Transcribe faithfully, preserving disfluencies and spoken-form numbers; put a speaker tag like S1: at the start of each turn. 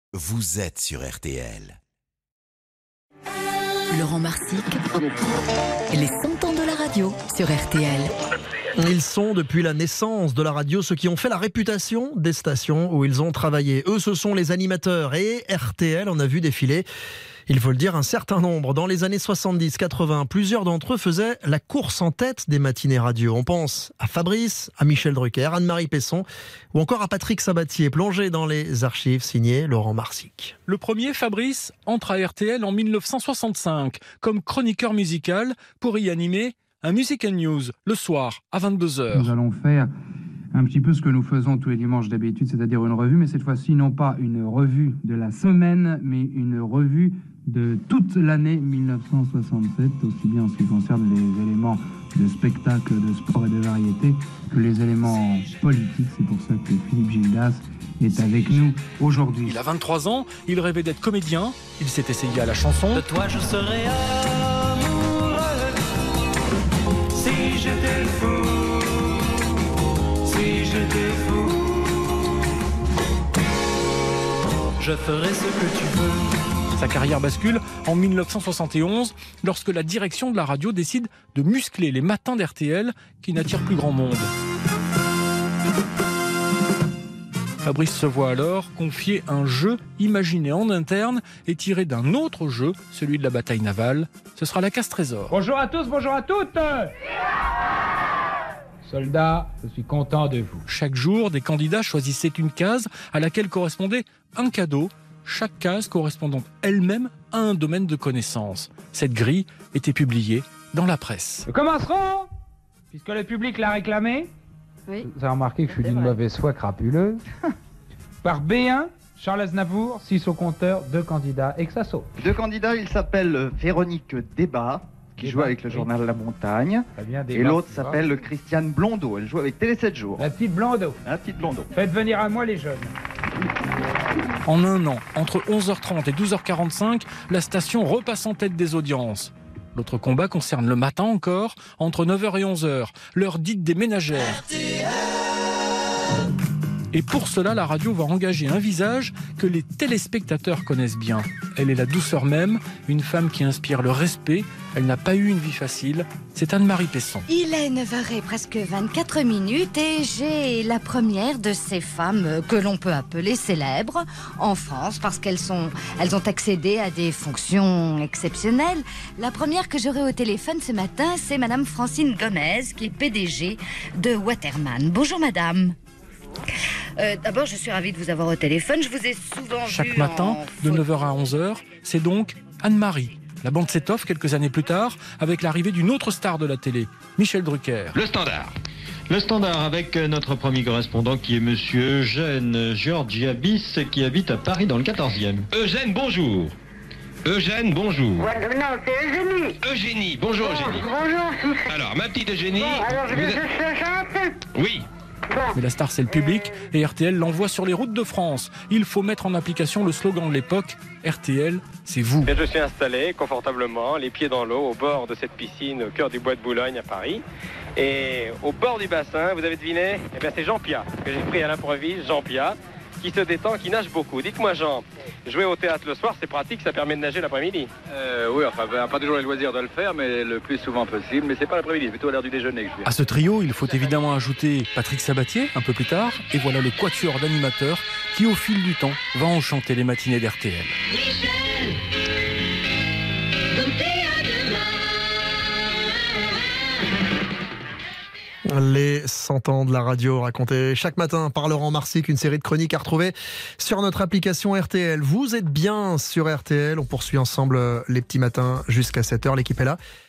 S1: vous êtes sur R T L.
S2: Laurent Marsic, les cent ans de la radio sur R T L.
S3: Ils sont depuis la naissance de la radio ceux qui ont fait la réputation des stations où ils ont travaillé. Eux, ce sont les animateurs et R T L en a vu défiler, il faut le dire, un certain nombre. Dans les années soixante-dix quatre-vingts, plusieurs d'entre eux faisaient la course en tête des matinées radio. On pense à Fabrice, à Michel Drucker, Anne-Marie Pesson ou encore à Patrick Sabatier, plongé dans les archives signées Laurent Marsic.
S4: Le premier, Fabrice, entre à R T L en mille neuf cent soixante-cinq comme chroniqueur musical pour y animer un Musical News le soir à vingt-deux heures.
S5: Nous allons faire un petit peu ce que nous faisons tous les dimanches d'habitude, c'est-à-dire une revue, mais cette fois-ci non pas une revue de la semaine, mais une revue de toute l'année mille neuf cent soixante-sept, aussi bien en ce qui concerne les éléments de spectacle, de sport et de variété, que les éléments politiques. C'est pour ça que Philippe Gildas est avec nous aujourd'hui.
S4: Il a vingt-trois ans, il rêvait d'être comédien, il s'est essayé à la chanson.
S6: De toi je serais amoureux si j'étais fou, si j'étais fou. Je ferai ce que tu veux.
S4: Sa carrière bascule en mille neuf cent soixante et onze lorsque la direction de la radio décide de muscler les matins d'R T L qui n'attirent plus grand monde. Fabrice se voit alors confier un jeu imaginé en interne et tiré d'un autre jeu, celui de la bataille navale. Ce sera la casse-trésor.
S7: Bonjour à tous, bonjour à toutes. Soldats, je suis content de vous.
S4: Chaque jour, des candidats choisissaient une case à laquelle correspondait un cadeau. Chaque case correspondant elle-même à un domaine de connaissance. Cette grille était publiée dans la presse.
S7: Nous commencerons, puisque le public l'a réclamé.
S8: Oui.
S7: Vous avez remarqué que je suis d'une mauvaise foi crapuleuse. Par B un, Charles Aznavour, six au compteur, deux candidats, et que ça saute.
S9: Deux candidats, il s'appelle Véronique Débat, qui
S7: Débat,
S9: joue avec le
S7: oui.
S9: journal La Montagne.
S7: Très bien,
S9: Et
S7: Débat,
S9: l'autre
S7: Débat.
S9: s'appelle Christiane Blondeau, elle joue avec Télé sept jours.
S7: La petite Blondeau.
S9: La petite Blondeau.
S7: Faites venir à moi les jeunes.
S4: En un an, entre onze heures trente et douze heures quarante-cinq, la station repasse en tête des audiences. L'autre combat concerne le matin encore, entre neuf heures et onze heures, l'heure dite des ménagères. Et pour cela, la radio va engager un visage que les téléspectateurs connaissent bien. Elle est la douceur même, une femme qui inspire le respect. Elle n'a pas eu une vie facile. C'est Anne-Marie Pesson.
S8: Il est neuf heures et presque vingt-quatre minutes et j'ai la première de ces femmes que l'on peut appeler célèbres en France parce qu'elles sont, elles ont accédé à des fonctions exceptionnelles. La première que j'aurai au téléphone ce matin, c'est Madame Francine Gomez, qui est P D G de Waterman. Bonjour Madame. Euh, D'abord, je suis ravie de vous avoir au téléphone. Je vous ai souvent vu
S4: Chaque matin,
S8: en
S4: de
S8: photo.
S4: neuf heures à onze heures, c'est donc Anne-Marie. La bande s'étoffe quelques années plus tard avec l'arrivée d'une autre star de la télé, Michel Drucker.
S10: Le Standard. Le Standard avec notre premier correspondant qui est monsieur Eugène Georgiabis qui habite à Paris dans le quatorzième. Eugène, bonjour. Eugène, bonjour.
S11: Ouais, non, c'est Eugénie.
S10: Eugénie, bonjour
S11: Bon,
S10: Eugénie.
S11: bonjour.
S10: Alors, ma petite Eugénie.
S11: Bon, alors je
S10: vous
S11: vais
S10: êtes-
S11: je chante.
S10: Oui.
S11: Bon.
S4: Mais la star, c'est le public et R T L l'envoie sur les routes de France. Il faut mettre en application le slogan de l'époque, R T L, c'est vous.
S12: Et je suis installé confortablement, les pieds dans l'eau, au bord de cette piscine au cœur du bois de Boulogne à Paris. Et au bord du bassin, vous avez deviné, eh bien c'est Jean Piat, que j'ai pris à l'improviste, Jean Piat, qui se détend, qui nage beaucoup. Dites-moi Jean, jouer au théâtre le soir, c'est pratique, ça permet de nager l'après-midi.
S13: Euh, oui, enfin, pas toujours les loisirs de le faire, mais le plus souvent possible. Mais c'est pas l'après-midi, c'est plutôt à l'heure du déjeuner que je viens.
S4: À ce trio, il faut évidemment ajouter Patrick Sabatier, un peu plus tard, et voilà le quatuor d'animateurs qui, au fil du temps, va enchanter les matinées d'R T L.
S6: Michel, comme t'es à demain.
S3: Les cent ans de la radio racontés chaque matin par Laurent Marsic, une série de chroniques à retrouver sur notre application R T L. Vous êtes bien sur R T L, on poursuit ensemble les petits matins jusqu'à sept heures, l'équipe est là.